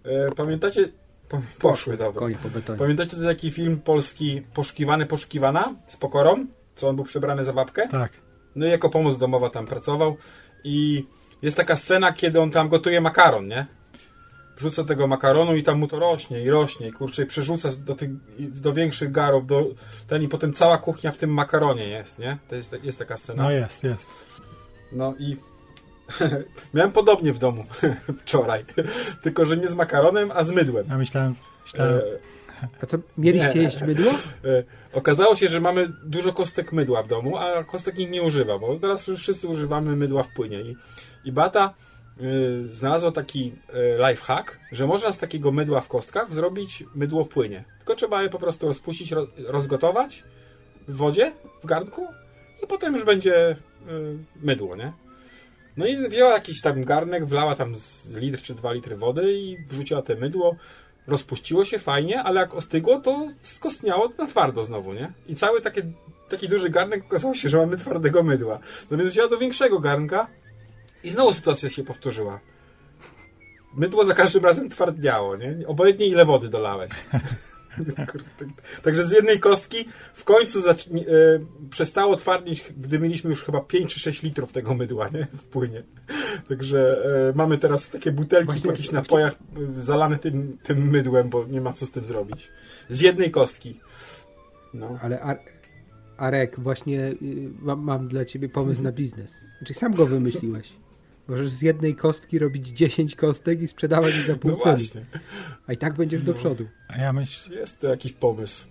Pamiętacie... Poszły, dobra. Konie po betonie. Pamiętacie taki film polski Poszukiwana z Pokorą? Co on był przebrany za babkę? Tak. No i jako pomoc domowa tam pracował. I jest taka scena, kiedy on tam gotuje makaron, nie? Wrzuca tego makaronu i tam mu to rośnie i rośnie. I kurczę, i przerzuca do większych garów. I potem cała kuchnia w tym makaronie jest, nie? To jest taka scena. No jest. No i miałem podobnie w domu wczoraj. Tylko, że nie z makaronem, a z mydłem. Ja myślałem... A co, mieliście jeść mydło? Okazało się, że mamy dużo kostek mydła w domu, a kostek nikt nie używa, bo teraz wszyscy używamy mydła w płynie. I Bata znalazła taki lifehack, że można z takiego mydła w kostkach zrobić mydło w płynie. Tylko trzeba je po prostu rozpuścić, rozgotować w wodzie, w garnku i potem już będzie mydło, nie? No i wzięła jakiś tam garnek, wlała tam z litr czy 2 litry wody i wrzuciła te mydło. Rozpuściło się fajnie, ale jak ostygło, to skostniało na twardo znowu, nie? I cały taki duży garnek okazało się, że mamy twardego mydła. No więc wzięła do większego garnka i znowu sytuacja się powtórzyła. Mydło za każdym razem twardniało, nie? Obojętnie ile wody dolałeś. Także z jednej kostki w końcu przestało twardnieć, gdy mieliśmy już chyba 5 czy 6 litrów tego mydła, nie? W płynie. Także mamy teraz takie butelki po jakichś napojach zalane tym mydłem, bo nie ma co z tym zrobić. Z jednej kostki. No. Ale Arek, właśnie mam dla ciebie pomysł na biznes. Znaczy sam go wymyśliłeś. Możesz z jednej kostki robić 10 kostek i sprzedawać je za pół ceny. Właśnie. A i tak będziesz do przodu. A ja myślę... Jest to jakiś pomysł.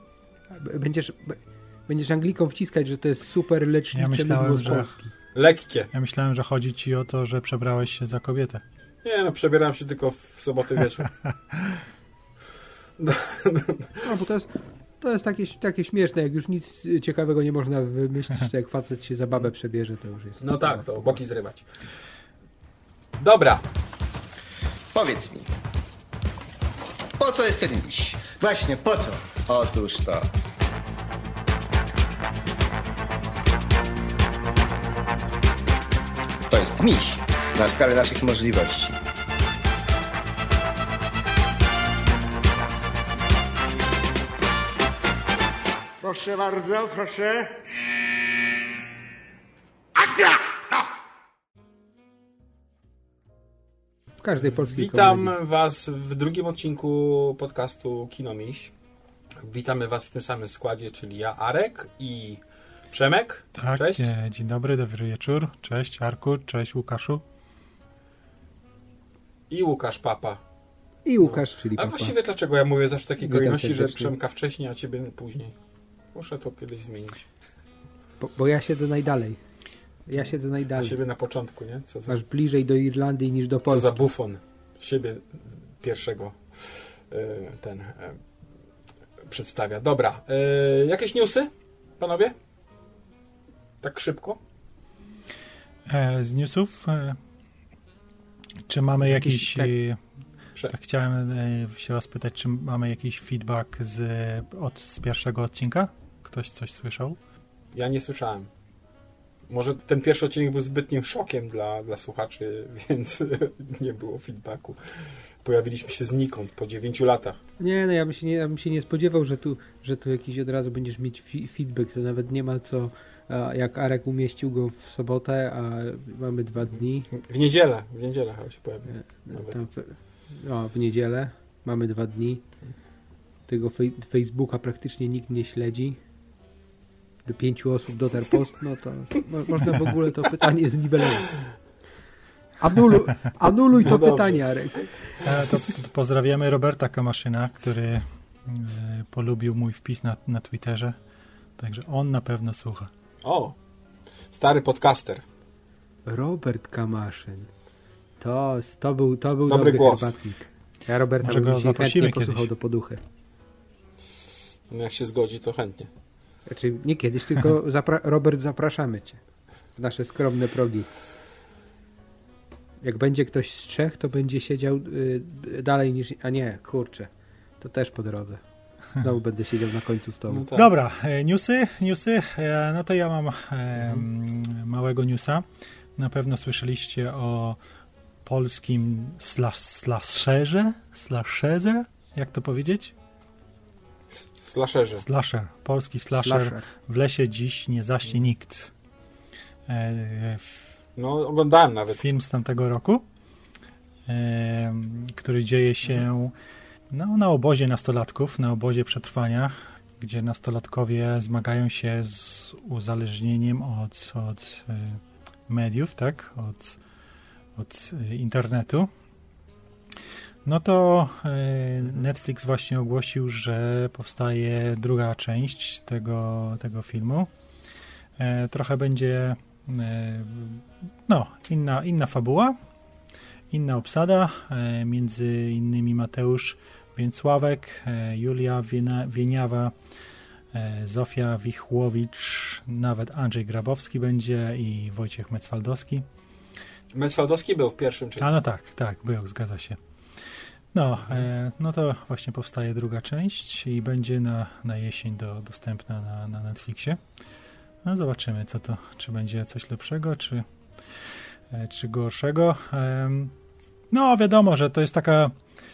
Będziesz Anglikom wciskać, że to jest super lecznicze mydło z Polski. Lekkie. Ja myślałem, że chodzi ci o to, że przebrałeś się za kobietę. Nie, no przebieram się tylko w sobotę wieczór. No bo to jest takie śmieszne, jak już nic ciekawego nie można wymyślić, to jak facet się za babę przebierze, to już jest... No tak, to boki zrywać. Dobra. Powiedz mi, po co jest ten miś? Właśnie, po co? Otóż to. To jest miś na skalę naszych możliwości. Proszę bardzo, proszę. Akcja! No! W każdej polskiej Witam komedii. Was w drugim odcinku podcastu Kino Miś. Witamy Was w tym samym składzie, czyli ja, Arek i Przemek. Tak, cześć. Dzień dobry wieczór. Cześć Arku, cześć Łukaszu. I Łukasz Papa. I Łukasz, czyli A Papa. właściwie dlaczego ja mówię zawsze w takiej Witam kolejności, że serdecznie. Przemka wcześniej, a Ciebie później? Muszę to kiedyś zmienić. Bo ja siedzę najdalej. A siebie na początku, nie? Co za, Masz bliżej do Irlandii niż do co Polski. za bufon. Siebie pierwszego przedstawia. Dobra. Jakieś newsy, panowie? Tak szybko? Z newsów czy mamy jakiś... Tak chciałem się was pytać, czy mamy jakiś feedback z pierwszego odcinka? Ktoś coś słyszał? Ja nie słyszałem. Może ten pierwszy odcinek był zbytnim szokiem dla słuchaczy, więc nie było feedbacku. Pojawiliśmy się znikąd po 9 latach. Nie, no ja bym się nie spodziewał, że tu jakiś od razu będziesz mieć feedback. To nawet nie ma co, jak Arek umieścił go w sobotę, a mamy 2 dni. W niedzielę chyba się pojawił. W niedzielę mamy 2 dni. Tego Facebooka praktycznie nikt nie śledzi. Do 5 osób dotarł post, no to można w ogóle to pytanie zniwelować. Anuluj to pytanie, Arek. To pozdrawiamy Roberta Kamaszyna, który polubił mój wpis na Twitterze. Także on na pewno słucha. O! Stary podcaster. Robert Kamaszyn. To był dobry głos. herbatnik. Ja Roberta Może go zaprosimy posłuchał kiedyś. do poduchy. No jak się zgodzi, to chętnie. Znaczy nie kiedyś, tylko Robert, zapraszamy Cię w nasze skromne progi. Jak będzie ktoś z 3, to będzie siedział dalej niż... A nie, kurczę. To też po drodze. Znowu będę siedział na końcu stołu. No tak. Dobra, newsy. No to ja mam małego newsa. Na pewno słyszeliście o polskim slasherze, jak to powiedzieć? Slasher. Polski slasher. W lesie dziś nie zaśnie nikt. No, oglądałem nawet. Film z tamtego roku, który dzieje się na obozie nastolatków, na obozie przetrwania, gdzie nastolatkowie zmagają się z uzależnieniem od mediów, tak? Od internetu. No to Netflix właśnie ogłosił, że powstaje druga część tego filmu. Trochę będzie inna fabuła, inna obsada, między innymi Mateusz Więcławek, Julia Wieniawa, Zofia Wichłowicz, nawet Andrzej Grabowski będzie i Wojciech Metzfaldowski. Metzfaldowski był w pierwszym części. A no tak, był, zgadza się. No to właśnie powstaje druga część i będzie na jesień dostępna na Netflixie. No zobaczymy, czy będzie coś lepszego, czy gorszego. No wiadomo, że to jest taka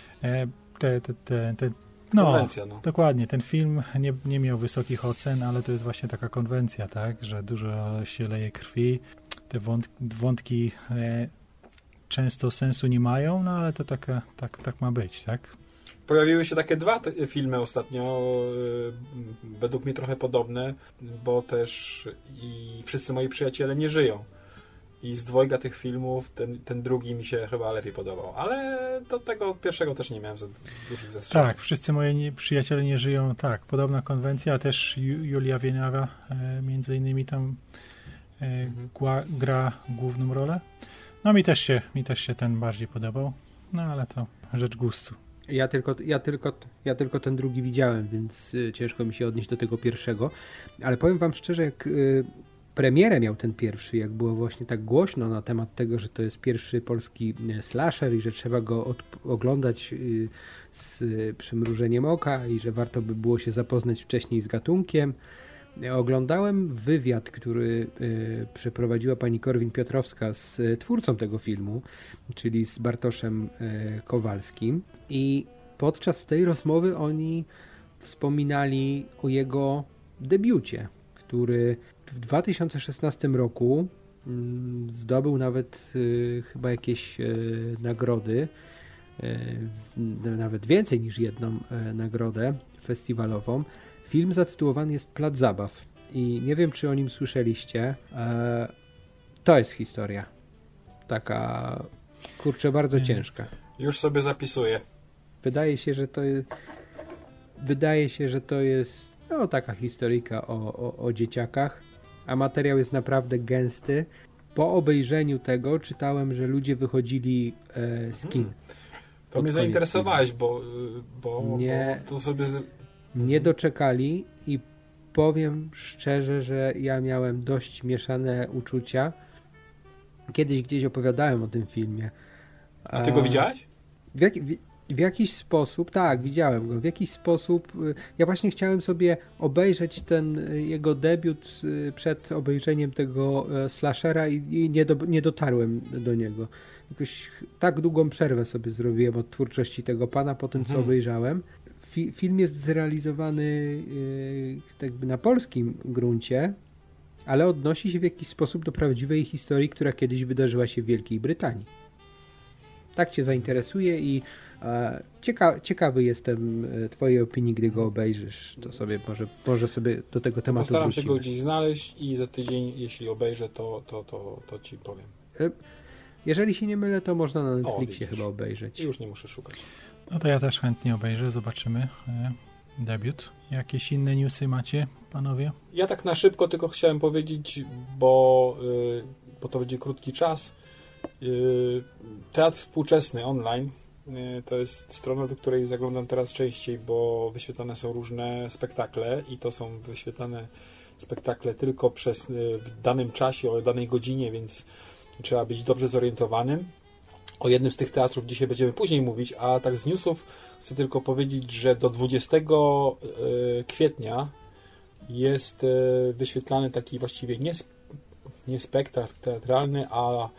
konwencja, dokładnie, ten film nie miał wysokich ocen, ale to jest właśnie taka konwencja, tak, że dużo się leje krwi, te wątki często sensu nie mają, no ale to tak ma być, tak? Pojawiły się takie dwa filmy ostatnio, według mnie trochę podobne, bo też i Wszyscy moi przyjaciele nie żyją. I z dwojga tych filmów ten drugi mi się chyba lepiej podobał. Ale do tego pierwszego też nie miałem za dużych zastrzeżeń. Tak, Wszyscy moi przyjaciele nie żyją, tak. Podobna konwencja, też Julia Wieniawa między innymi tam gra główną rolę. No mi też się ten bardziej podobał, no ale to rzecz gustu. Ja tylko ten drugi widziałem, więc ciężko mi się odnieść do tego pierwszego. Ale powiem wam szczerze, jak premierę miał ten pierwszy, jak było właśnie tak głośno na temat tego, że to jest pierwszy polski slasher i że trzeba go oglądać z przymrużeniem oka i że warto by było się zapoznać wcześniej z gatunkiem. Oglądałem wywiad, który przeprowadziła pani Korwin-Piotrowska z twórcą tego filmu, czyli z Bartoszem Kowalskim, i podczas tej rozmowy oni wspominali o jego debiucie, który w 2016 roku zdobył nawet chyba jakieś nagrody, nawet więcej niż jedną nagrodę festiwalową. Film zatytułowany jest Plac Zabaw i nie wiem, czy o nim słyszeliście. To jest historia. Taka, kurczę, bardzo ciężka. Już sobie zapisuję. Wydaje się, że to jest taka historyjka o dzieciakach, a materiał jest naprawdę gęsty. Po obejrzeniu tego czytałem, że ludzie wychodzili z kin. To mnie zainteresowałeś, bo to sobie... Nie doczekali i powiem szczerze, że ja miałem dość mieszane uczucia. Kiedyś gdzieś opowiadałem o tym filmie. A ty go widziałeś? W jakiś sposób, tak, widziałem go. W jakiś sposób ja właśnie chciałem sobie obejrzeć ten jego debiut przed obejrzeniem tego slashera i nie dotarłem do niego. Jakoś tak długą przerwę sobie zrobiłem od twórczości tego pana po tym, co obejrzałem. Film jest zrealizowany jakby na polskim gruncie, ale odnosi się w jakiś sposób do prawdziwej historii, która kiedyś wydarzyła się w Wielkiej Brytanii. Tak cię zainteresuje i ciekawy jestem twojej opinii, gdy go obejrzysz. To sobie może sobie do tego tematu postaram wrócimy. się go gdzieś znaleźć i za tydzień, jeśli obejrzę, to ci powiem. Jeżeli się nie mylę, to można na Netflixie chyba obejrzeć. Już nie muszę szukać. No to ja też chętnie obejrzę, zobaczymy debiut. Jakieś inne newsy macie, panowie? Ja tak na szybko tylko chciałem powiedzieć, bo to będzie krótki czas. Teatr Współczesny online to jest strona, do której zaglądam teraz częściej, bo wyświetlane są różne spektakle i to są wyświetlane spektakle tylko w danym czasie, o danej godzinie, więc trzeba być dobrze zorientowanym. O jednym z tych teatrów dzisiaj będziemy później mówić, a tak z newsów chcę tylko powiedzieć, że do 20 kwietnia jest wyświetlany taki właściwie nie spektakl teatralny, a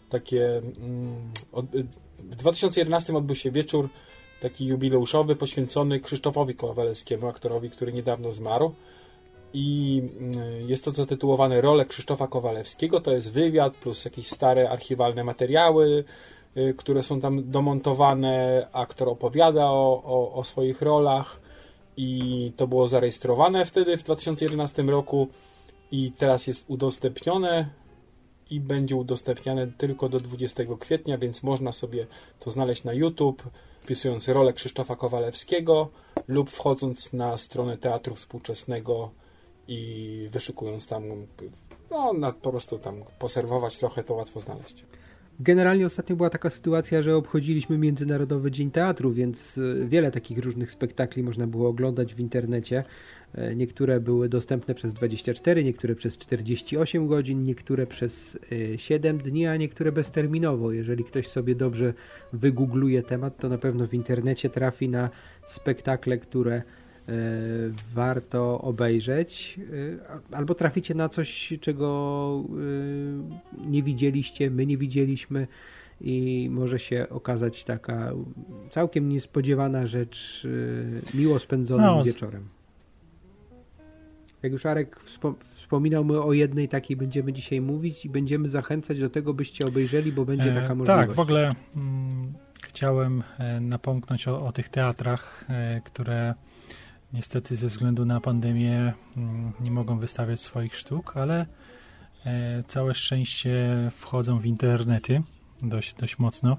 takie... W 2011 odbył się wieczór taki jubileuszowy poświęcony Krzysztofowi Kowalewskiemu, aktorowi, który niedawno zmarł. I jest to zatytułowane Role Krzysztofa Kowalewskiego. To jest wywiad plus jakieś stare archiwalne materiały, które są tam domontowane. Aktor opowiada o swoich rolach i to było zarejestrowane wtedy w 2011 roku i teraz jest udostępnione i będzie udostępniane tylko do 20 kwietnia, więc można sobie to znaleźć na YouTube, wpisując rolę Krzysztofa Kowalewskiego lub wchodząc na stronę Teatru Współczesnego i wyszukując tam, po prostu tam poserwować trochę, to łatwo znaleźć. Generalnie ostatnio była taka sytuacja, że obchodziliśmy Międzynarodowy Dzień Teatru, więc wiele takich różnych spektakli można było oglądać w internecie. Niektóre były dostępne przez 24, niektóre przez 48 godzin, niektóre przez 7 dni, a niektóre bezterminowo. Jeżeli ktoś sobie dobrze wygoogluje temat, to na pewno w internecie trafi na spektakle, które warto obejrzeć, albo traficie na coś, czego nie widzieliście, my nie widzieliśmy i może się okazać taka całkiem niespodziewana rzecz miło spędzonym wieczorem. Jak już Arek wspominał, my o jednej takiej będziemy dzisiaj mówić i będziemy zachęcać do tego, byście obejrzeli, bo będzie taka możliwość. Tak, w ogóle chciałem napomknąć o tych teatrach, które niestety ze względu na pandemię nie mogą wystawiać swoich sztuk, ale całe szczęście wchodzą w internety dość mocno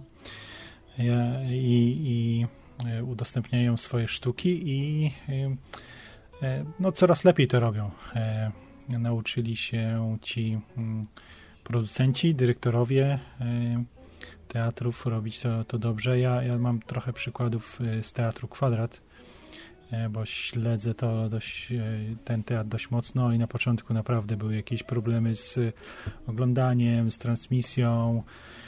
i udostępniają swoje sztuki i coraz lepiej to robią. Nauczyli się ci producenci, dyrektorowie teatrów robić to dobrze. Ja mam trochę przykładów z Teatru Kwadrat, bo śledzę ten teatr dość mocno i na początku naprawdę były jakieś problemy z oglądaniem, z transmisją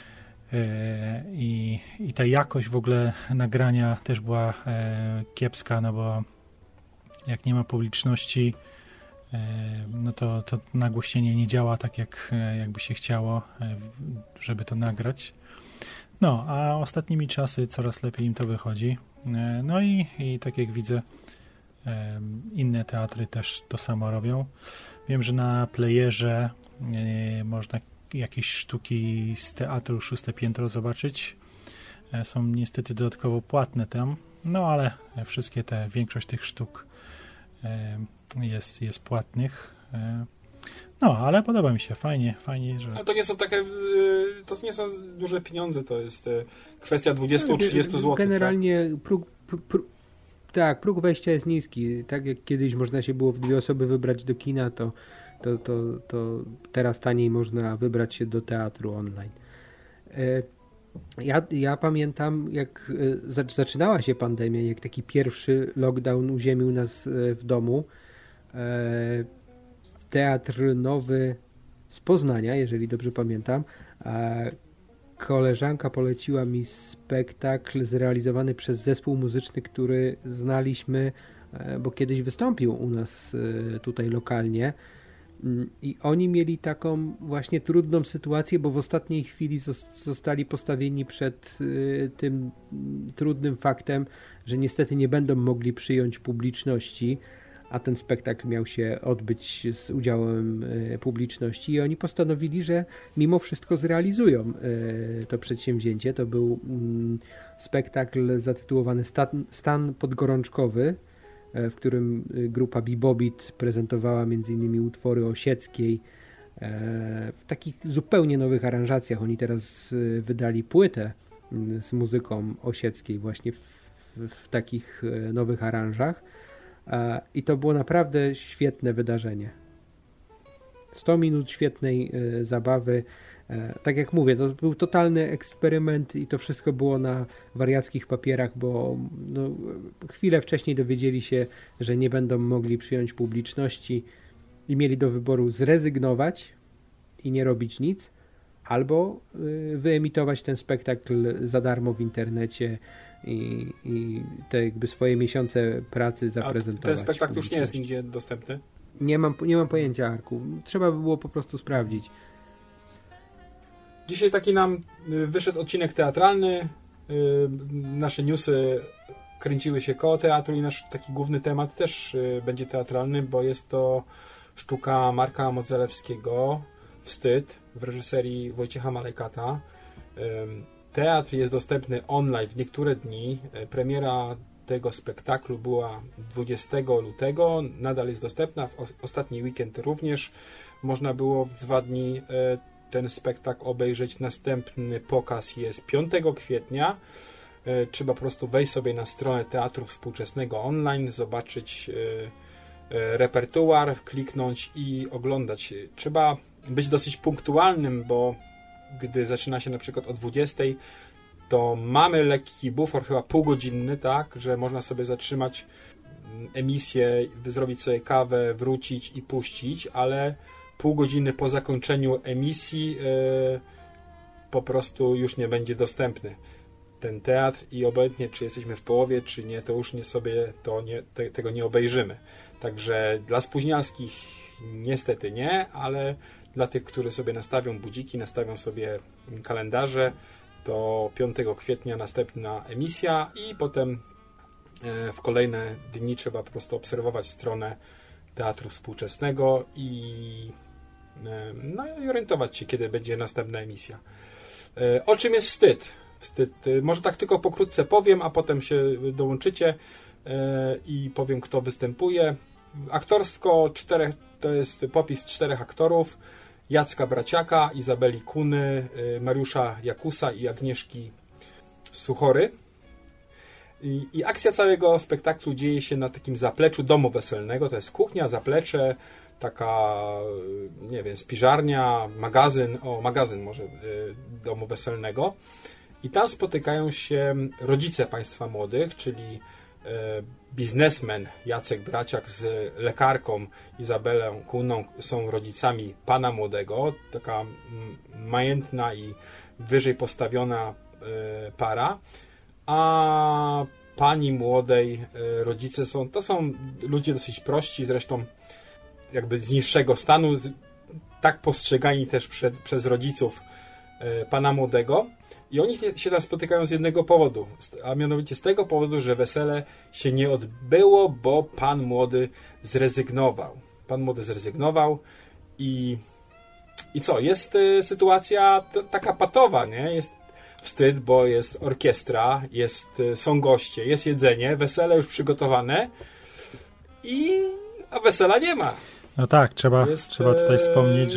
i ta jakość w ogóle nagrania też była kiepska, no bo jak nie ma publiczności, no to nagłośnienie nie działa tak, jakby się chciało, żeby to nagrać. No, a ostatnimi czasy coraz lepiej im to wychodzi. No i tak jak widzę, inne teatry też to samo robią. Wiem, że na Playerze można jakieś sztuki z teatru Szóste Piętro zobaczyć. Są niestety dodatkowo płatne tam, no ale większość tych sztuk jest płatnych. No, ale podoba mi się, fajnie, że... Ale to nie są duże pieniądze, to jest kwestia 20-30 zł. Generalnie próg wejścia jest niski. Tak jak kiedyś można się było w 2 osoby wybrać do kina, to teraz taniej można wybrać się do teatru online. Ja pamiętam, jak zaczynała się pandemia, jak taki pierwszy lockdown uziemił nas w domu. Teatr Nowy z Poznania, jeżeli dobrze pamiętam. Koleżanka poleciła mi spektakl zrealizowany przez zespół muzyczny, który znaliśmy, bo kiedyś wystąpił u nas tutaj lokalnie. I oni mieli taką właśnie trudną sytuację, bo w ostatniej chwili zostali postawieni przed tym trudnym faktem, że niestety nie będą mogli przyjąć publiczności, a ten spektakl miał się odbyć z udziałem publiczności i oni postanowili, że mimo wszystko zrealizują to przedsięwzięcie. To był spektakl zatytułowany Stan podgorączkowy, w którym grupa Bibobit prezentowała m.in. utwory Osieckiej w takich zupełnie nowych aranżacjach. Oni teraz wydali płytę z muzyką Osieckiej właśnie w takich nowych aranżach i to było naprawdę świetne wydarzenie. 100 minut świetnej zabawy. Tak jak mówię, to był totalny eksperyment i to wszystko było na wariackich papierach, bo chwilę wcześniej dowiedzieli się, że nie będą mogli przyjąć publiczności i mieli do wyboru zrezygnować i nie robić nic, albo wyemitować ten spektakl za darmo w internecie i te jakby swoje miesiące pracy zaprezentować. A ten spektakl już nie jest nigdzie dostępny? Nie mam pojęcia, Arku. Trzeba by było po prostu sprawdzić. Dzisiaj taki nam wyszedł odcinek teatralny. Nasze newsy kręciły się koło teatru i nasz taki główny temat też będzie teatralny, bo jest to sztuka Marka Modzelewskiego Wstyd w reżyserii Wojciecha Malejkata. Teatr jest dostępny online w niektóre dni. Premiera tego spektaklu była 20 lutego. Nadal jest dostępna. W ostatni weekend również można było w 2 dni ten spektakl obejrzeć. Następny pokaz jest 5 kwietnia. Trzeba po prostu wejść sobie na stronę Teatru Współczesnego online, zobaczyć repertuar, kliknąć i oglądać. Trzeba być dosyć punktualnym, bo gdy zaczyna się na przykład o 20, to mamy lekki bufor, chyba półgodzinny, tak, że można sobie zatrzymać emisję, zrobić sobie kawę, wrócić i puścić, ale pół godziny po zakończeniu emisji po prostu już nie będzie dostępny ten teatr i obojętnie czy jesteśmy w połowie, czy nie, to już tego nie obejrzymy. Także dla spóźnialskich niestety nie, ale dla tych, którzy sobie nastawią budziki, nastawią sobie kalendarze, to 5 kwietnia następna emisja i potem w kolejne dni trzeba po prostu obserwować stronę Teatru Współczesnego i orientować się, kiedy będzie następna emisja. O czym jest Wstyd? Może tak tylko pokrótce powiem, a potem się dołączycie i powiem, kto występuje. Aktorsko to jest popis 4 aktorów: Jacka Braciaka, Izabeli Kuny, Mariusza Jakusa i Agnieszki Suchory. I akcja całego spektaklu dzieje się na takim zapleczu domu weselnego. To jest kuchnia, zaplecze, taka, nie wiem, spiżarnia, magazyn może domu weselnego. I tam spotykają się rodzice państwa młodych, czyli biznesmen Jacek Braciak z lekarką Izabelą Kuną są rodzicami pana młodego, taka majętna i wyżej postawiona para, a pani młodej rodzice to są ludzie dosyć prości, zresztą jakby z niższego stanu, tak postrzegani też przez rodziców pana młodego. I oni się tam spotykają z jednego powodu, a mianowicie z tego powodu, że wesele się nie odbyło, bo pan młody zrezygnował. Pan młody zrezygnował i co? Jest sytuacja taka patowa, nie? Jest wstyd, bo jest orkiestra, są goście, jest jedzenie, wesele już przygotowane, a wesela nie ma. No tak, trzeba tutaj wspomnieć,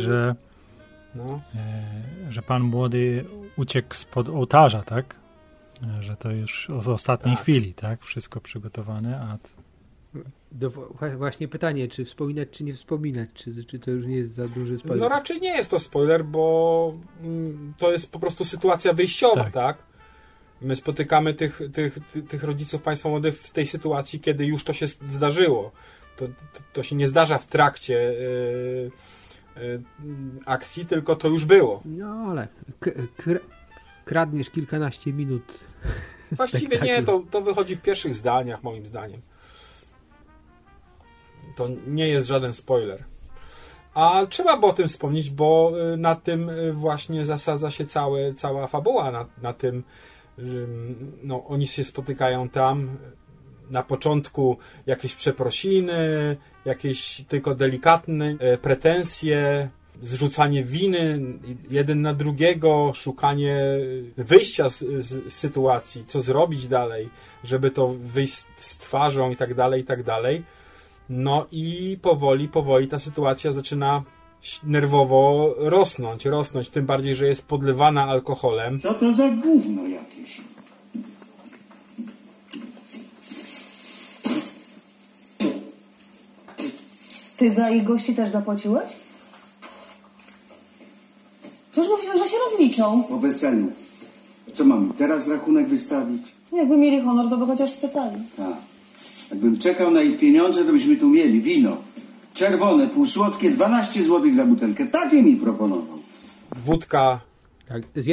że pan młody uciekł spod ołtarza, tak? Że to już w ostatniej chwili, tak? Wszystko przygotowane, Właśnie pytanie, czy wspominać, czy nie wspominać, czy to już nie jest za duży spoiler? No raczej nie jest to spoiler, bo to jest po prostu sytuacja wyjściowa, tak? My spotykamy tych rodziców państwa młodych w tej sytuacji, kiedy już to się zdarzyło. To się nie zdarza w trakcie akcji, tylko to już było. No ale kradniesz kilkanaście minut. Właściwie nie, to wychodzi w pierwszych zdaniach, moim zdaniem. To nie jest żaden spoiler. A trzeba było o tym wspomnieć, bo na tym właśnie zasadza się cała fabuła. Na tym, oni się spotykają tam. Na początku jakieś przeprosiny, jakieś tylko delikatne pretensje, zrzucanie winy jeden na drugiego, szukanie wyjścia z sytuacji, co zrobić dalej, żeby to wyjść z twarzą i tak dalej. No i powoli ta sytuacja zaczyna nerwowo rosnąć, tym bardziej, że jest podlewana alkoholem. Co to za gówno jakieś? Ty za ich gości też zapłaciłeś? Przecież mówiłem, że się rozliczą. Po weselu. Co mamy, teraz rachunek wystawić? Jakby mieli honor, to by chociaż spytali. Tak. Jakbym czekał na ich pieniądze, to byśmy tu mieli wino. Czerwone, półsłodkie, 12 zł za butelkę. Takie mi proponował. Wódka. Tak, z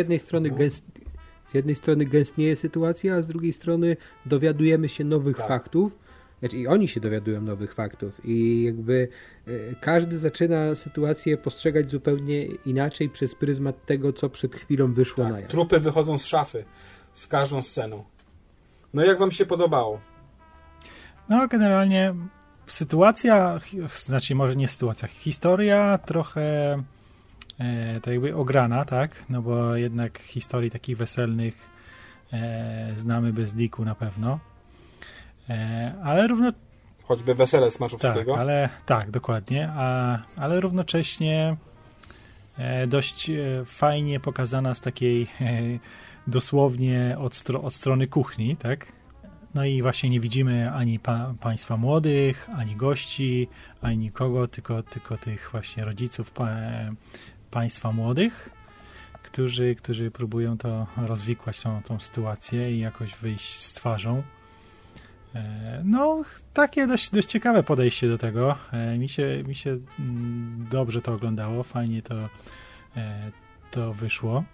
jednej strony gęstnieje sytuacja, a z drugiej strony dowiadujemy się nowych faktów Znaczy i oni się dowiadują nowych faktów i jakby każdy zaczyna sytuację postrzegać zupełnie inaczej przez pryzmat tego, co przed chwilą wyszło na jaw. Trupy wychodzą z szafy z każdą sceną. No jak wam się podobało? No generalnie sytuacja, znaczy może nie sytuacja, historia trochę tak jakby ograna, tak? No bo jednak historii takich weselnych znamy bez liku na pewno. Ale choćby Wesele Smarzowskiego. Tak, dokładnie. Ale równocześnie dość fajnie pokazana z takiej dosłownie od strony kuchni, tak? No i właśnie nie widzimy ani państwa młodych, ani gości, ani nikogo, tylko tych właśnie rodziców państwa młodych, którzy próbują to rozwikłać, tą sytuację i jakoś wyjść z twarzą. No, takie dość ciekawe podejście do tego. Mi się dobrze to oglądało, fajnie to wyszło.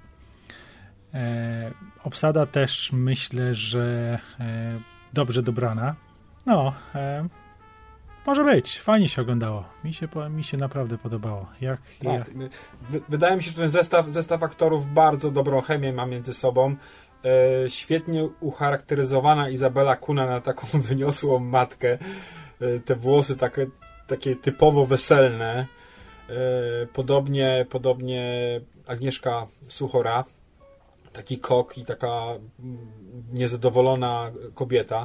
Obsada też myślę, że dobrze dobrana. No, może być. Fajnie się oglądało. Mi się naprawdę podobało. Wydaje mi się, że ten zestaw aktorów bardzo dobrą chemię ma między sobą. Świetnie ucharakteryzowana Izabela Kuna na taką wyniosłą matkę. Te włosy takie typowo weselne. Podobnie Agnieszka Suchora. Taki kok i taka niezadowolona kobieta.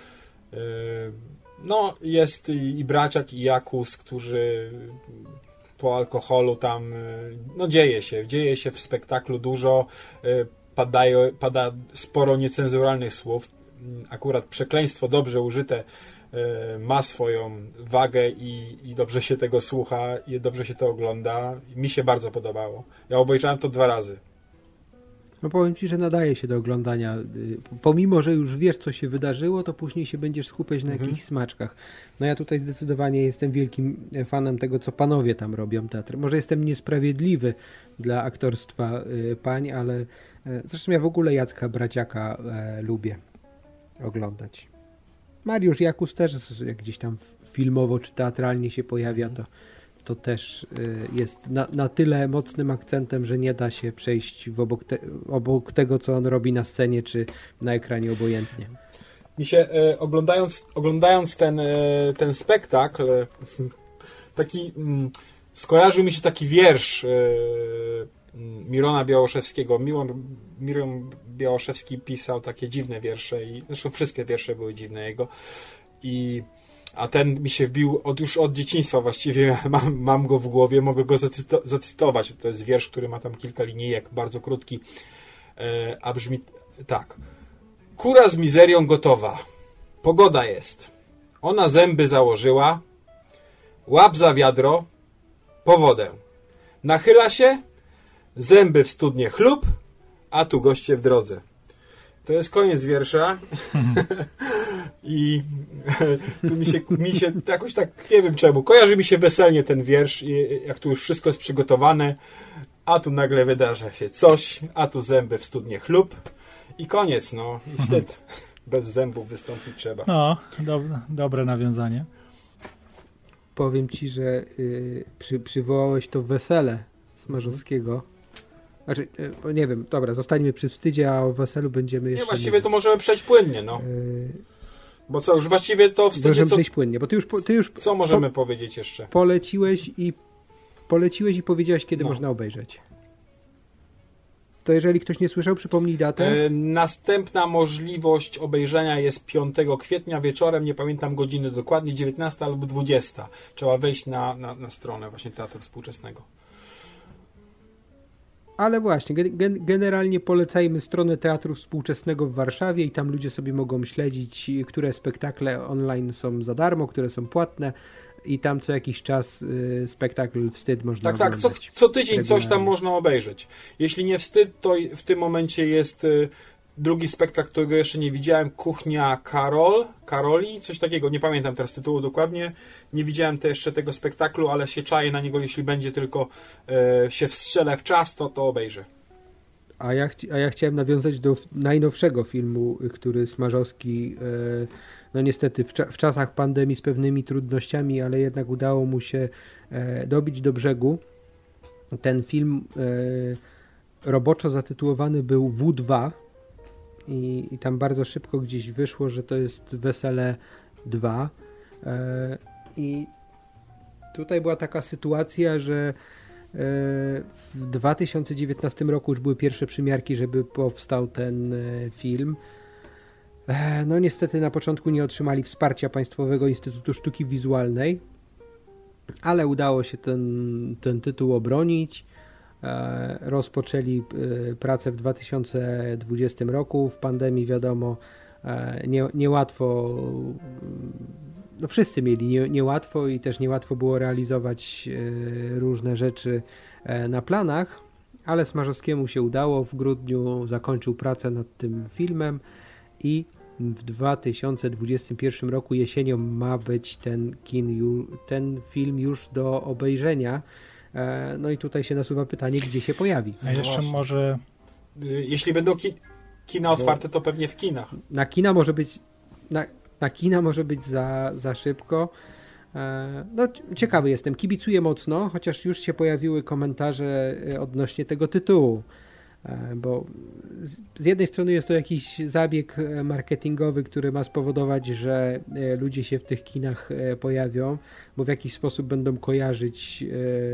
No, jest i Braciak, i Jakus, którzy po alkoholu tam, no dzieje się w spektaklu dużo, pada sporo niecenzuralnych słów. Akurat przekleństwo dobrze użyte ma swoją wagę i dobrze się tego słucha i dobrze się to ogląda. Mi się bardzo podobało. Ja obejrzałem to 2 razy. No powiem Ci, że nadaje się do oglądania. Pomimo, że już wiesz, co się wydarzyło, to później się będziesz skupiać na jakichś smaczkach. No ja tutaj zdecydowanie jestem wielkim fanem tego, co panowie tam robią teatr. Może jestem niesprawiedliwy dla aktorstwa pań, ale zresztą ja w ogóle Jacka Braciaka lubię oglądać. Mariusz Jakus też jak gdzieś tam filmowo czy teatralnie się pojawia, to też jest na tyle mocnym akcentem, że nie da się przejść obok tego, co on robi na scenie, czy na ekranie obojętnie. Mi się oglądając ten spektakl skojarzył mi się taki wiersz Mirona Białoszewskiego. Miron Białoszewski pisał takie dziwne wiersze i zresztą wszystkie wiersze były dziwne jego a ten mi się wbił już od dzieciństwa właściwie, mam go w głowie, mogę go zacytować. To jest wiersz, który ma tam kilka linijek, bardzo krótki, a brzmi tak. Kura z mizerią gotowa. Pogoda jest. Ona zęby założyła, łap za wiadro, po wodę. Nachyla się, zęby w studnie chlub, a tu goście w drodze. To jest koniec wiersza. I tu mi się jakoś tak, nie wiem czemu, kojarzy mi się weselnie ten wiersz, jak tu już wszystko jest przygotowane, a tu nagle wydarza się coś, a tu zęby w studnie chlub i koniec, no. I wstyd. Bez zębów wystąpić trzeba. No, dobre nawiązanie. Powiem Ci, że przywołałeś to wesele Smarzowskiego. Znaczy, nie wiem, dobra, zostańmy przy wstydzie, a o weselu będziemy jeszcze... Nie, właściwie to możemy przejść płynnie, no. Bo co, już właściwie to wstydzie... Możemy przejść płynnie, bo ty już co możemy powiedzieć jeszcze? Poleciłeś i powiedziałeś, kiedy można obejrzeć. To jeżeli ktoś nie słyszał, przypomnij datę. Następna możliwość obejrzenia jest 5 kwietnia wieczorem, nie pamiętam godziny dokładnie, 19 albo 20. Trzeba wejść na stronę właśnie Teatru Współczesnego. Ale właśnie, generalnie polecajmy stronę Teatru Współczesnego w Warszawie i tam ludzie sobie mogą śledzić, które spektakle online są za darmo, które są płatne i tam co jakiś czas spektakl Wstyd można oglądać. Tak, co tydzień coś tam można obejrzeć. Jeśli nie Wstyd, to w tym momencie jest drugi spektakl, którego jeszcze nie widziałem, Kuchnia Karoli, coś takiego, nie pamiętam teraz tytułu dokładnie, nie widziałem jeszcze tego spektaklu, ale się czaję na niego, jeśli będzie tylko się wstrzelę w czas, to obejrzę. A ja chciałem nawiązać do najnowszego filmu, który Smarzowski, no niestety w czasach pandemii z pewnymi trudnościami, ale jednak udało mu się dobić do brzegu. Ten film roboczo zatytułowany był W2 i tam bardzo szybko gdzieś wyszło, że to jest Wesele 2. I tutaj była taka sytuacja, że w 2019 roku już były pierwsze przymiarki, żeby powstał ten film. No niestety na początku nie otrzymali wsparcia Państwowego Instytutu Sztuki Wizualnej, ale udało się ten tytuł obronić. Rozpoczęli pracę w 2020 roku. W pandemii wiadomo, niełatwo, no wszyscy mieli niełatwo i też niełatwo było realizować różne rzeczy na planach, ale Smarzowskiemu się udało. W grudniu zakończył pracę nad tym filmem i w 2021 roku jesienią ma być ten film już do obejrzenia. No i tutaj się nasuwa pytanie, gdzie się pojawi. A jeszcze może... Jeśli będą kina otwarte, to pewnie w kinach. Na kina może być za szybko. No ciekawy jestem, kibicuję mocno, chociaż już się pojawiły komentarze odnośnie tego tytułu. Bo z jednej strony jest to jakiś zabieg marketingowy, który ma spowodować, że ludzie się w tych kinach pojawią, bo w jakiś sposób będą kojarzyć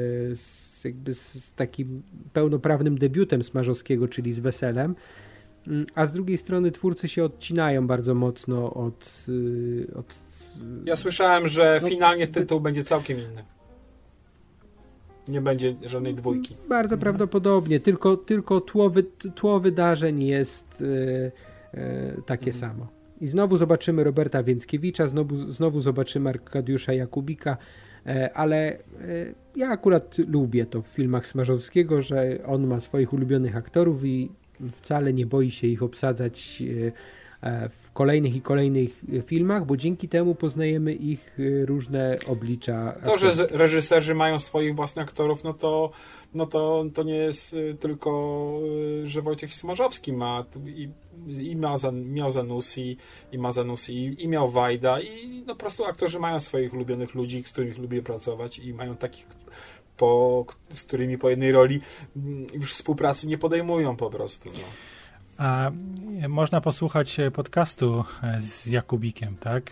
z takim pełnoprawnym debiutem Smarzowskiego, czyli z Weselem, a z drugiej strony twórcy się odcinają bardzo mocno od Ja słyszałem, że finalnie tytuł będzie całkiem inny. Nie będzie żadnej dwójki. Bardzo prawdopodobnie, tylko tło wydarzeń jest takie samo. I znowu zobaczymy Roberta Więckiewicza, znowu zobaczymy Arkadiusza Jakubika, ale ja akurat lubię to w filmach Smarzowskiego, że on ma swoich ulubionych aktorów i wcale nie boi się ich obsadzać w kolejnych i kolejnych filmach, bo dzięki temu poznajemy ich różne oblicza. To, że reżyserzy mają swoich własnych aktorów, to nie jest tylko, że Wojciech Smarzowski ma miał Zanussi, i miał Wajda i po prostu aktorzy mają swoich ulubionych ludzi, z którymi lubię pracować i mają takich, z którymi po jednej roli już współpracy nie podejmują po prostu. No. A można posłuchać podcastu z Jakubikiem, tak?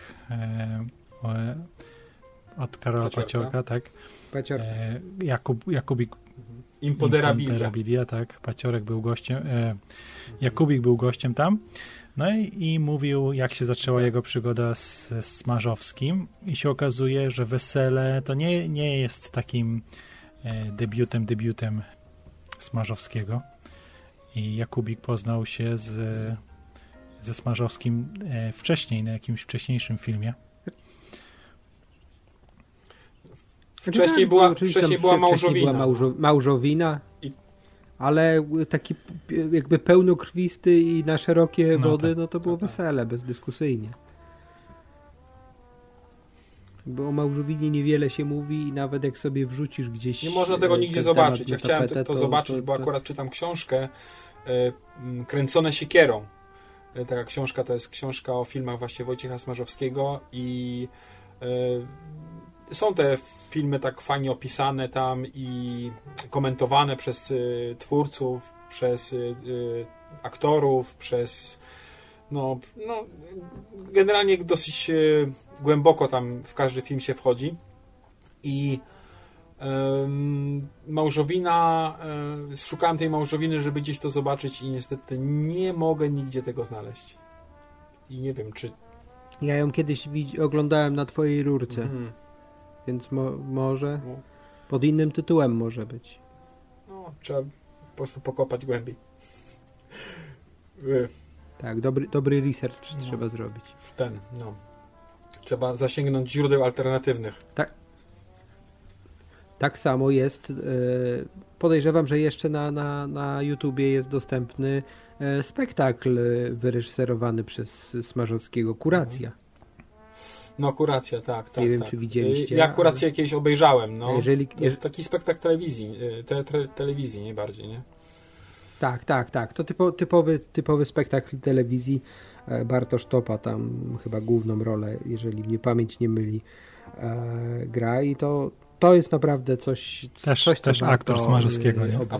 Od Karola Paciorka, tak? Jakubik Imponderabilia, tak? Paciorek był gościem, Jakubik był gościem tam. No i mówił, jak się zaczęła jego przygoda z Smarzowskim i się okazuje, że Wesele to nie jest takim debiutem Smarzowskiego. I Jakubik poznał się ze Smarzowskim wcześniej, na jakimś wcześniejszym filmie. Wcześniej była Małżowina. Małżowina, ale taki jakby pełnokrwisty i na szerokie wody, tak, no to było Wesele, bezdyskusyjnie. Bo o Małżowinie niewiele się mówi i nawet jak sobie wrzucisz gdzieś... Nie można tego nigdzie zobaczyć. Ja chciałem to zobaczyć, bo akurat czytam książkę Kręcone siekierą. Taka książka to jest książka o filmach właśnie Wojciecha Smarzowskiego i są te filmy tak fajnie opisane tam i komentowane przez twórców, przez aktorów, przez generalnie dosyć głęboko tam w każdy film się wchodzi i Małżowina, szukałem tej Małżowiny, żeby gdzieś to zobaczyć i niestety nie mogę nigdzie tego znaleźć i nie wiem, czy ja ją kiedyś oglądałem na twojej rurce, więc może pod innym tytułem może być. No, trzeba po prostu pokopać głębiej. Tak, dobry research trzeba zrobić. Trzeba zasięgnąć źródeł alternatywnych. Tak samo jest, podejrzewam, że jeszcze na YouTubie jest dostępny spektakl wyreżyserowany przez Smarzowskiego, Kuracja. No, Kuracja, tak. Nie wiem, czy widzieliście. Ja Kurację kiedyś obejrzałem, to jest taki spektakl telewizji, nie bardziej, nie? Tak. To typowy spektakl telewizji. Bartosz Topa tam chyba główną rolę, jeżeli mnie pamięć nie myli, gra i to jest naprawdę coś też aktor Smarzowskiego.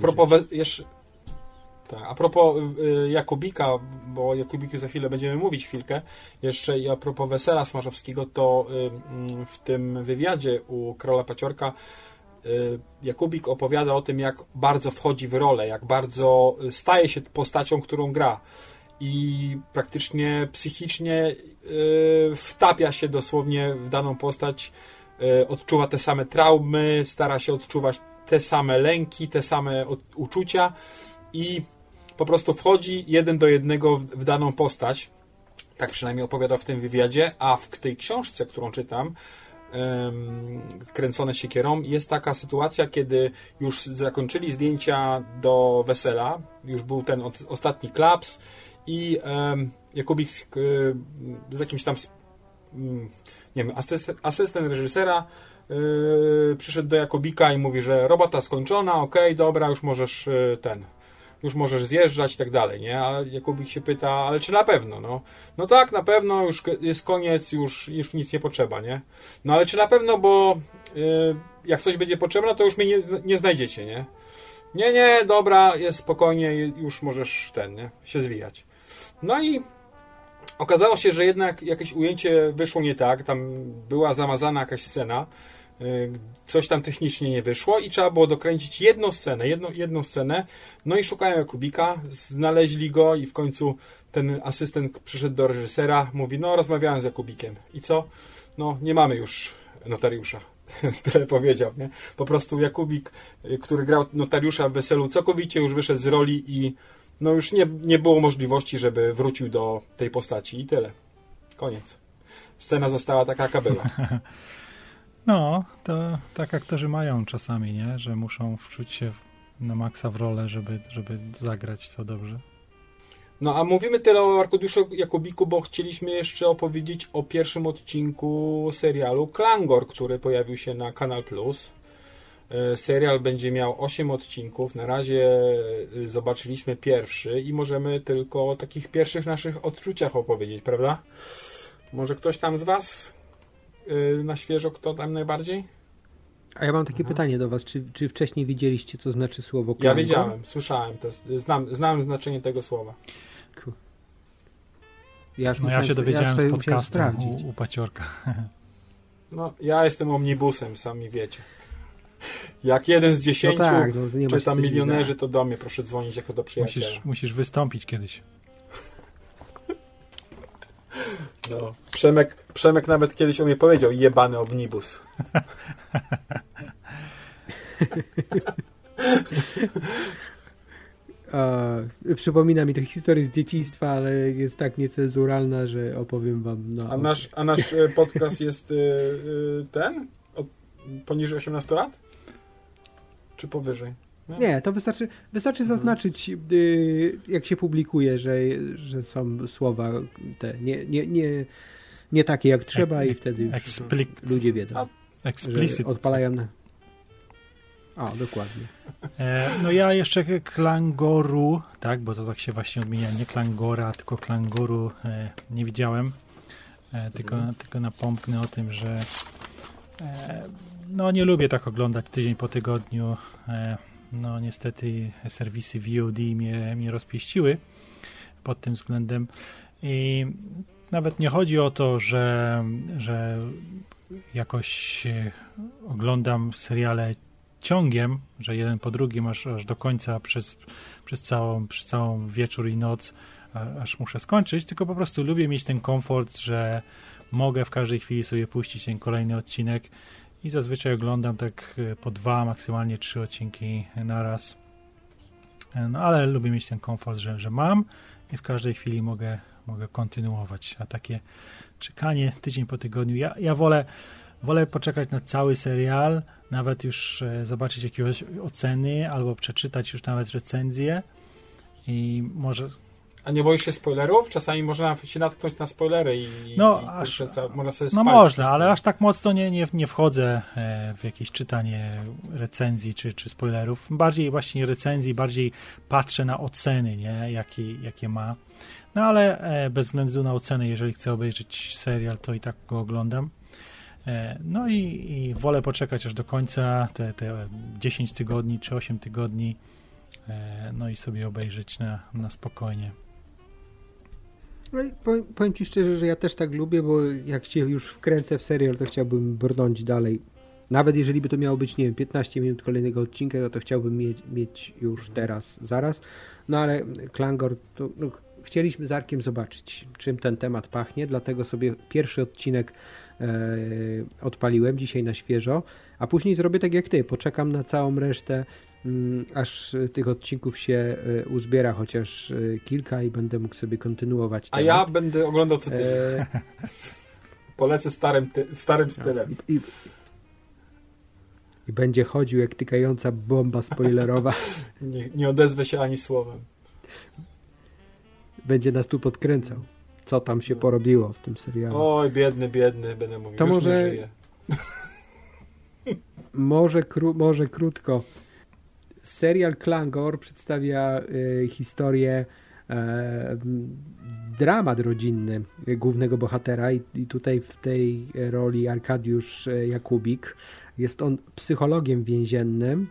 A propos Jakubika, bo o Jakubiku za chwilę będziemy mówić chwilkę, jeszcze i a propos Wesela Smarzowskiego, to w tym wywiadzie u Karola Paciorka Jakubik opowiada o tym, jak bardzo wchodzi w rolę, jak bardzo staje się postacią, którą gra i praktycznie psychicznie wtapia się dosłownie w daną postać, odczuwa te same traumy, stara się odczuwać te same lęki, te same uczucia i po prostu wchodzi 1 do 1 w daną postać. Tak przynajmniej opowiada w tym wywiadzie, a w tej książce, którą czytam, Kręcone siekierą, jest taka sytuacja, kiedy już zakończyli zdjęcia do wesela, już był ten ostatni klaps i Jakubik z jakimś tam nie wiem, asystent reżysera przyszedł do Jakubika i mówi, że robota skończona, okej, dobra, już możesz zjeżdżać i tak dalej, nie? A Jakubik się pyta, ale czy na pewno? No tak, na pewno, już jest koniec, już nic nie potrzeba, nie? No ale czy na pewno, bo jak coś będzie potrzebne, to już mnie nie znajdziecie, nie? Nie, dobra, jest spokojnie, już możesz się zwijać. No i okazało się, że jednak jakieś ujęcie wyszło nie tak, tam była zamazana jakaś scena, coś tam technicznie nie wyszło i trzeba było dokręcić jedną scenę, no i szukają Jakubika, znaleźli go i w końcu ten asystent przyszedł do reżysera, mówi, no rozmawiałem z Jakubikiem i co? No nie mamy już notariusza. Tyle powiedział, nie? Po prostu Jakubik, który grał notariusza w Weselu, całkowicie już wyszedł z roli i no już nie było możliwości, żeby wrócił do tej postaci i tyle. Koniec. Scena została taka, jaka była. No, to tak aktorzy mają czasami, nie? Że muszą wczuć się na maksa w rolę, żeby zagrać to dobrze. No, a mówimy tyle o Arkadiuszu Jakubiku, bo chcieliśmy jeszcze opowiedzieć o pierwszym odcinku serialu Klangor, który pojawił się na Kanal Plus. Serial będzie miał 8 odcinków. Na razie zobaczyliśmy pierwszy i możemy tylko o takich pierwszych naszych odczuciach opowiedzieć, prawda? Może ktoś tam z Was na świeżo, kto tam najbardziej? A ja mam takie pytanie do Was. Czy wcześniej widzieliście, co znaczy słowo Klangor? Ja wiedziałem, słyszałem to. Znałem znaczenie tego słowa. Ja się dowiedziałem z podcastu u Paciorka. No, ja jestem omnibusem, sami wiecie. Jak 1 z 10, czy tam milionerzy, to do mnie proszę dzwonić jako do przyjaciela. Musisz wystąpić kiedyś. No. Przemek nawet kiedyś o mnie powiedział, jebany omnibus. Przypomina mi to historię z dzieciństwa, ale jest tak niecenzuralna, że opowiem wam. A nasz podcast jest poniżej 18 lat? Czy powyżej? Nie, to wystarczy zaznaczyć, jak się publikuje, że są słowa te nie takie jak trzeba i wtedy już ludzie wiedzą. Explicit. Odpalają na... dokładnie. No ja jeszcze Klangoru, tak, bo to tak się właśnie odmienia, nie Klangora, tylko Klangoru nie widziałem. Tylko napomknę o tym, że no nie lubię tak oglądać tydzień po tygodniu. No niestety serwisy VOD mnie rozpieściły pod tym względem i nawet nie chodzi o to, że jakoś oglądam seriale ciągiem, że jeden po drugim aż do końca przez całą wieczór i noc aż muszę skończyć, tylko po prostu lubię mieć ten komfort, że mogę w każdej chwili sobie puścić ten kolejny odcinek i zazwyczaj oglądam tak po 2, maksymalnie 3 odcinki na raz. No ale lubię mieć ten komfort, że mam i w każdej chwili mogę kontynuować. A takie czekanie tydzień po tygodniu, ja wolę poczekać na cały serial, nawet już zobaczyć jakieś oceny albo przeczytać już nawet recenzję i może... A nie boisz się spoilerów? Czasami można się natknąć na spoilery i można sobie no spalić można, ale aż tak mocno nie wchodzę w jakieś czytanie recenzji czy spoilerów. Bardziej właśnie recenzji, bardziej patrzę na oceny, nie? Jakie ma. No ale bez względu na ocenę, jeżeli chcę obejrzeć serial, to i tak go oglądam. No i wolę poczekać aż do końca, te 10 tygodni czy 8 tygodni, no i sobie obejrzeć na spokojnie. No i powiem Ci szczerze, że ja też tak lubię, bo jak się już wkręcę w serial, to chciałbym brnąć dalej. Nawet jeżeli by to miało być, nie wiem, 15 minut kolejnego odcinka, to chciałbym mieć już teraz, zaraz. No ale Klangor, to chcieliśmy z Arkiem zobaczyć, czym ten temat pachnie, dlatego sobie pierwszy odcinek odpaliłem dzisiaj na świeżo, a później zrobię tak jak Ty, poczekam na całą resztę, aż tych odcinków się uzbiera chociaż kilka i będę mógł sobie kontynuować temat. A ja będę oglądał co ty. Polecę starym stylem. I będzie chodził jak tykająca bomba spoilerowa. Nie odezwę się ani słowem. Będzie nas tu podkręcał, co tam się porobiło w tym serialu. Oj, biedny, będę mówił. To już może... nie żyje. Może krótko. Serial Klangor przedstawia historię, dramat rodzinny głównego bohatera i tutaj w tej roli Arkadiusz Jakubik. Jest on psychologiem więziennym.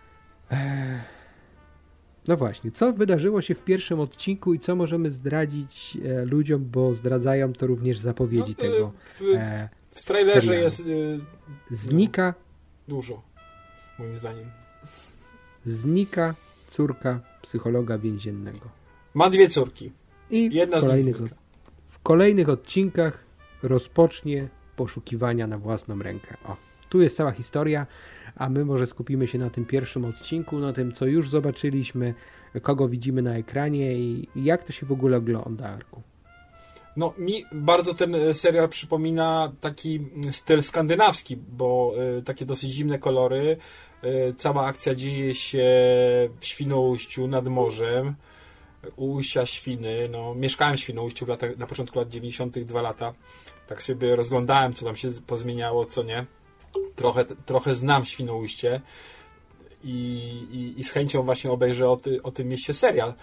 No właśnie, co wydarzyło się w pierwszym odcinku i co możemy zdradzić ludziom, bo zdradzają to również zapowiedzi tego w trailerze serialu. jest Znika dużo, moim zdaniem. Znika córka psychologa więziennego. Ma 2 córki. I jedna w kolejnych odcinkach rozpocznie poszukiwania na własną rękę. O, tu jest cała historia, a my może skupimy się na tym pierwszym odcinku, na tym, co już zobaczyliśmy, kogo widzimy na ekranie i jak to się w ogóle ogląda, Arku. No, mi bardzo ten serial przypomina taki styl skandynawski, bo takie dosyć zimne kolory. Cała akcja dzieje się w Świnoujściu nad morzem. Ujścia Świny. No, mieszkałem w Świnoujściu na początku lat 90. 2 lata. Tak sobie rozglądałem, co tam się pozmieniało, co nie. Trochę znam Świnoujście i z chęcią właśnie obejrzę o tym mieście serial.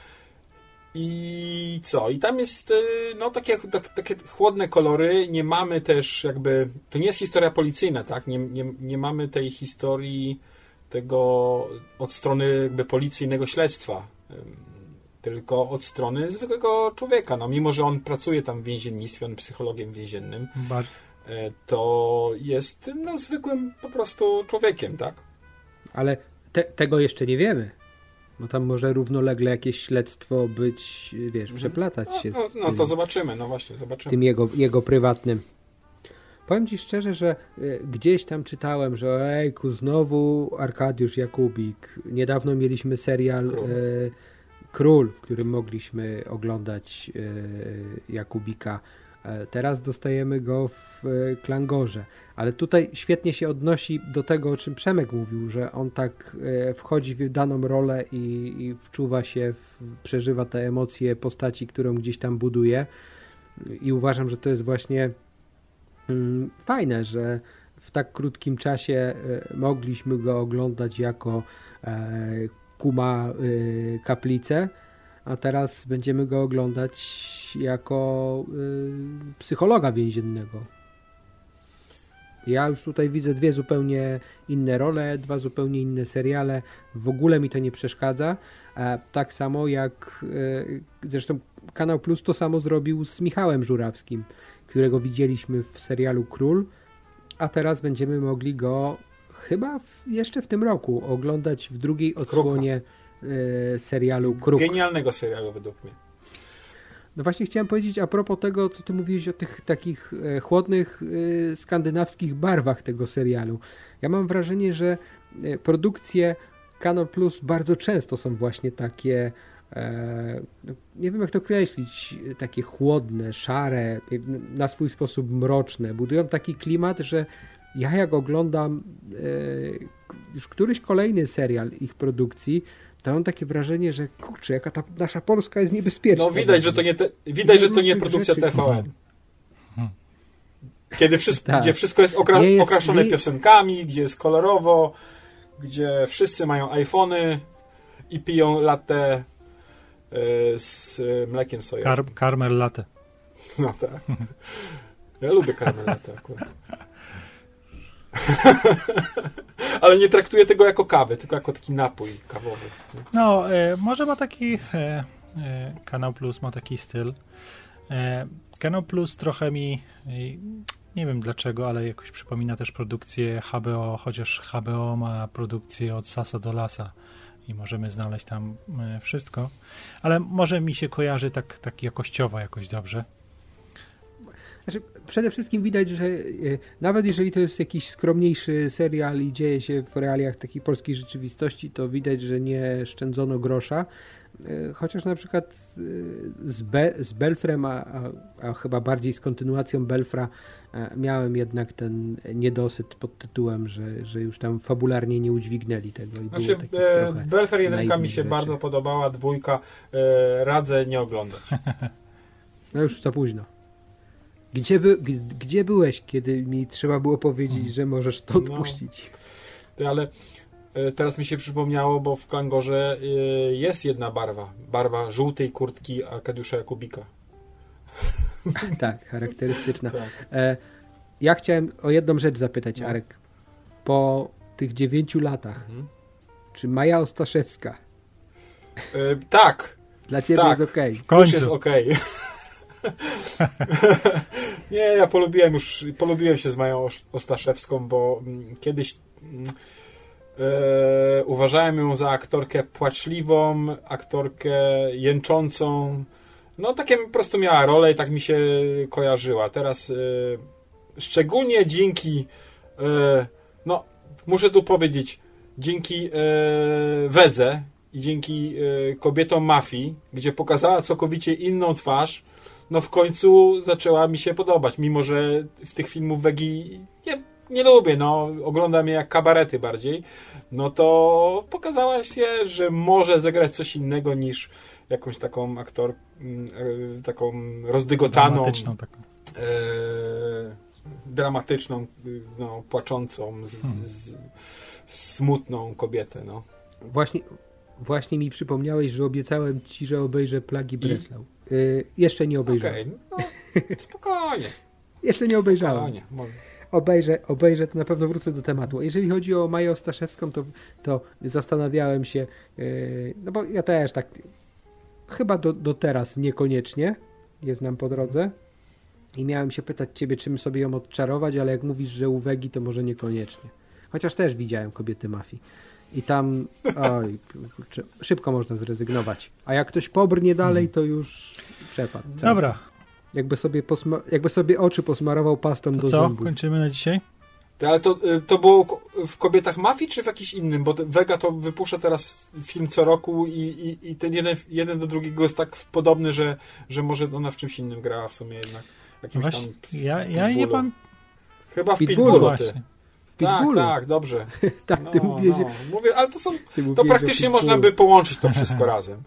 I co? I tam jest no takie chłodne kolory. Nie mamy też jakby... To nie jest historia policyjna, tak? Nie mamy tej historii tego od strony jakby policyjnego śledztwa, tylko od strony zwykłego człowieka. No, mimo że on pracuje tam w więziennictwie, on psychologiem więziennym, to jest zwykłym po prostu człowiekiem, tak? Ale tego jeszcze nie wiemy. No tam może równolegle jakieś śledztwo być, wiesz, przeplatać się z tym, to zobaczymy, no właśnie, zobaczymy. Tym jego prywatnym. Powiem Ci szczerze, że gdzieś tam czytałem, że ejku, znowu Arkadiusz Jakubik. Niedawno mieliśmy serial Król, w którym mogliśmy oglądać Jakubika. Teraz dostajemy go w Klangorze. Ale tutaj świetnie się odnosi do tego, o czym Przemek mówił, że on tak wchodzi w daną rolę i wczuwa się, przeżywa te emocje postaci, którą gdzieś tam buduje. I uważam, że to jest właśnie fajne, że w tak krótkim czasie mogliśmy go oglądać jako kuma kaplicę, a teraz będziemy go oglądać jako psychologa więziennego. Ja już tutaj widzę 2 zupełnie inne role, 2 zupełnie inne seriale. W ogóle mi to nie przeszkadza. Tak samo jak zresztą Kanał Plus to samo zrobił z Michałem Żurawskim, którego widzieliśmy w serialu Król, a teraz będziemy mogli go chyba jeszcze w tym roku oglądać w drugiej odsłonie serialu Kruk. Genialnego serialu według mnie. No właśnie chciałem powiedzieć a propos tego, co ty mówiłeś o tych takich chłodnych skandynawskich barwach tego serialu. Ja mam wrażenie, że produkcje Kanal Plus bardzo często są właśnie takie, nie wiem jak to określić, takie chłodne, szare, na swój sposób mroczne. Budują taki klimat, że ja jak oglądam już któryś kolejny serial ich produkcji, to mam takie wrażenie, że kurczę, jaka ta nasza Polska jest niebezpieczna. No widać, że to nie produkcja TVN. Gdzie wszystko jest okraszone piosenkami, gdzie jest kolorowo, gdzie wszyscy mają iPhony i piją latte z mlekiem sojowym. Karmel latte. No tak. Ja lubię karmel latte akurat. Ale nie traktuję tego jako kawę, tylko jako taki napój kawowy. No, może ma taki Kanał Plus ma taki styl. Kanał Plus trochę mi, nie wiem dlaczego, ale jakoś przypomina też produkcję HBO, chociaż HBO ma produkcję od sasa do lasa i możemy znaleźć tam wszystko, ale może mi się kojarzy tak jakościowo jakoś dobrze. Znaczy, przede wszystkim widać, że nawet jeżeli to jest jakiś skromniejszy serial i dzieje się w realiach takiej polskiej rzeczywistości, to widać, że nie szczędzono grosza. Chociaż na przykład z Belfrem, a chyba bardziej z kontynuacją Belfra, miałem jednak ten niedosyt pod tytułem, że już tam fabularnie nie udźwignęli tego. I znaczy, Belfer 1 mi się bardzo podobała, 2 radzę nie oglądać. No już za późno. Gdzie byłeś, kiedy mi trzeba było powiedzieć, że możesz to odpuścić? No, ale teraz mi się przypomniało, bo w Klangorze jest jedna barwa żółtej kurtki Arkadiusza Jakubika. Tak, charakterystyczna. Tak. Ja chciałem o jedną rzecz zapytać, Arek. Po tych 9 latach, czy Maja Ostaszewska tak. Dla ciebie jest okej? W końcu. Już jest okej. Nie, ja polubiłem się z Mają Ostaszewską, bo kiedyś uważałem ją za aktorkę płaczliwą, aktorkę jęczącą. No takie po prostu miała rolę i tak mi się kojarzyła. Teraz szczególnie dzięki no muszę tu powiedzieć, dzięki Wedze i dzięki Kobietom Mafii, gdzie pokazała całkowicie inną twarz, no w końcu zaczęła mi się podobać, mimo że w tych filmów Wegi nie lubię, no oglądam je jak kabarety bardziej, no to pokazała się, że może zagrać coś innego niż jakąś taką taką rozdygotaną, dramatyczną, no, płaczącą, smutną kobietę, no. Właśnie mi przypomniałeś, że obiecałem ci, że obejrzę Plagi Breslau. Jeszcze nie obejrzałem. Okay, no, spokojnie. Jeszcze nie obejrzałem. Spokojnie. Obejrzę, to na pewno wrócę do tematu. Jeżeli chodzi o Maję Ostaszewską, to zastanawiałem się, no bo ja też tak chyba do teraz niekoniecznie je znam po drodze i miałem się pytać ciebie, czym sobie ją odczarować, ale jak mówisz, że u Wegi, to może niekoniecznie. Chociaż też widziałem Kobiety Mafii. I tam szybko można zrezygnować. A jak ktoś pobrnie dalej, to już przepadł. Dobra. Jakby sobie oczy posmarował pastą do zębów. Co? Kończymy na dzisiaj? Ale to było w Kobietach Mafii, czy w jakiś innym? Bo Wega to wypuszcza teraz film co roku i ten jeden do drugiego jest tak podobny, że może ona w czymś innym grała w sumie jednak. Jakimś tam ja nie mam... Chyba w Pitbullu ty. Tak, dobrze. Tak, ty mówisz. Mówię, ale to praktycznie można by połączyć to wszystko razem.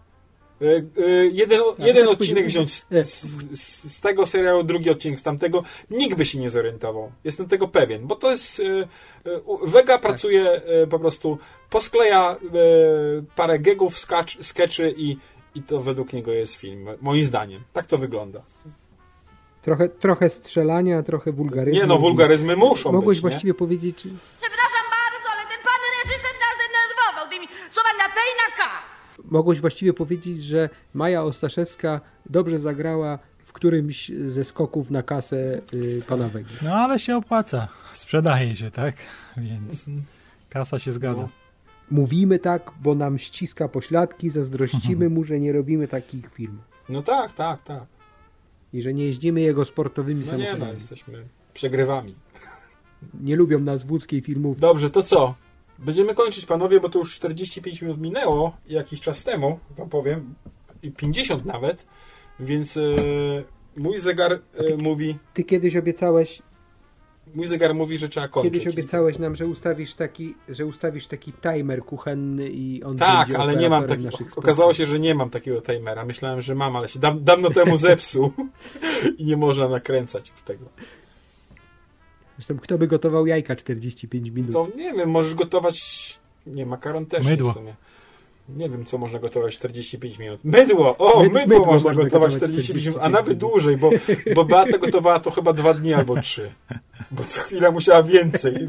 Jeden odcinek wziąć z tego serialu, drugi odcinek z tamtego, nikt by się nie zorientował. Jestem tego pewien, bo to jest Wega pracuje po prostu, poskleja parę gagów, skeczy i to według niego jest film. Moim zdaniem. Tak to wygląda. Trochę strzelania, trochę wulgaryzmu. Nie no, wulgaryzmy muszą Mogłeś być, właściwie powiedzieć... Przepraszam bardzo, ale ten pan reżyser nas zdenerwował tymi słowami na P i na K. Mogłeś właściwie powiedzieć, że Maja Ostaszewska dobrze zagrała w którymś ze skoków na kasę pana Wegi. No ale się opłaca. Sprzedaje się, tak? Więc kasa się zgadza. No. Mówimy tak, bo nam ściska pośladki, zazdrościmy mu, że nie robimy takich filmów. No tak. I że nie jeździmy jego sportowymi samochodami. Nie no, jesteśmy przegrywami. Nie lubią nas w łódzkiej filmówce. Dobrze, to co? Będziemy kończyć, panowie, bo to już 45 minut minęło jakiś czas temu, wam powiem, i 50 nawet, więc mój zegar mówi... Ty kiedyś obiecałeś... mój zegar mówi, że trzeba kończyć. Kiedyś obiecałeś nam, że ustawisz taki timer kuchenny i on tak, będzie ale nie mam operatorem takiego. naszych Okazało się, że nie mam takiego timera. Myślałem, że mam, ale się dawno temu zepsuł i nie można nakręcać już tego. Zresztą kto by gotował jajka 45 minut? To nie wiem, możesz gotować... Nie, makaron też Mydło. w sumie. Nie wiem, co można gotować 45 minut. Mydło! O, mydło można gotować 45 minut, a nawet dłużej, bo Beata gotowała to chyba 2 dni albo 3. Bo co chwila musiała więcej.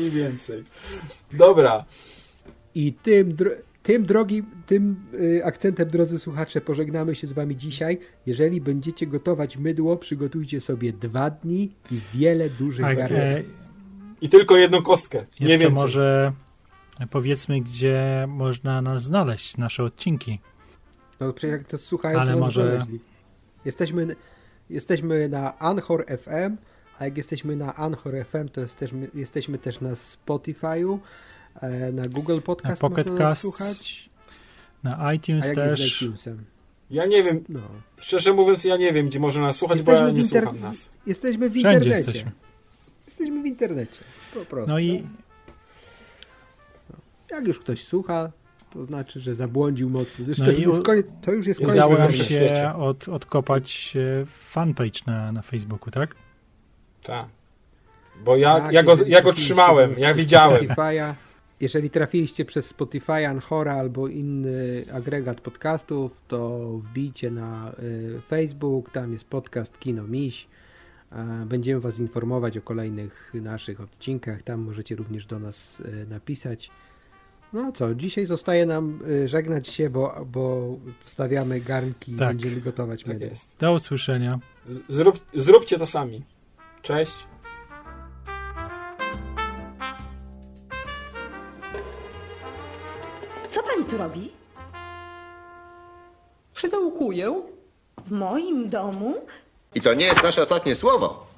Dobra. I tym akcentem, drodzy słuchacze, pożegnamy się z wami dzisiaj. Jeżeli będziecie gotować mydło, przygotujcie sobie 2 dni i wiele dużych garnków. I tylko jedną kostkę, nie więcej. Może powiedzmy, gdzie można nas znaleźć, nasze odcinki. No przecież jak to słuchają, ale to nas może... znaleźli. Jesteśmy na Anchor FM, a jak jesteśmy na Anchor FM, to jesteśmy też na Spotify'u, na Google Podcast na Pocket można nas Casts, słuchać. Na iTunes a jak też. jest z iTunesem? Ja nie wiem, szczerze mówiąc, ja nie wiem, gdzie można nas słuchać, bo ja nie słucham nas. Jesteśmy w Wszędzie internecie. Jesteśmy w internecie, po prostu. No i jak już ktoś słucha, to znaczy, że zabłądził mocno. Zresztą to już jest koniec. Udało nam się odkopać fanpage na Facebooku, tak? Tak. Bo ja go trzymałem, ja widziałem. Jeżeli trafiliście przez Spotify, Anchora albo inny agregat podcastów, to wbijcie na Facebook, tam jest podcast Kino Miś. Będziemy was informować o kolejnych naszych odcinkach, tam możecie również do nas napisać. No a co, dzisiaj zostaje nam żegnać się, bo wstawiamy garnki i będziemy gotować mydło. Jest. Do usłyszenia. Zróbcie to sami. Cześć. Co pani tu robi? Przydołkuję. W moim domu? I to nie jest nasze ostatnie słowo.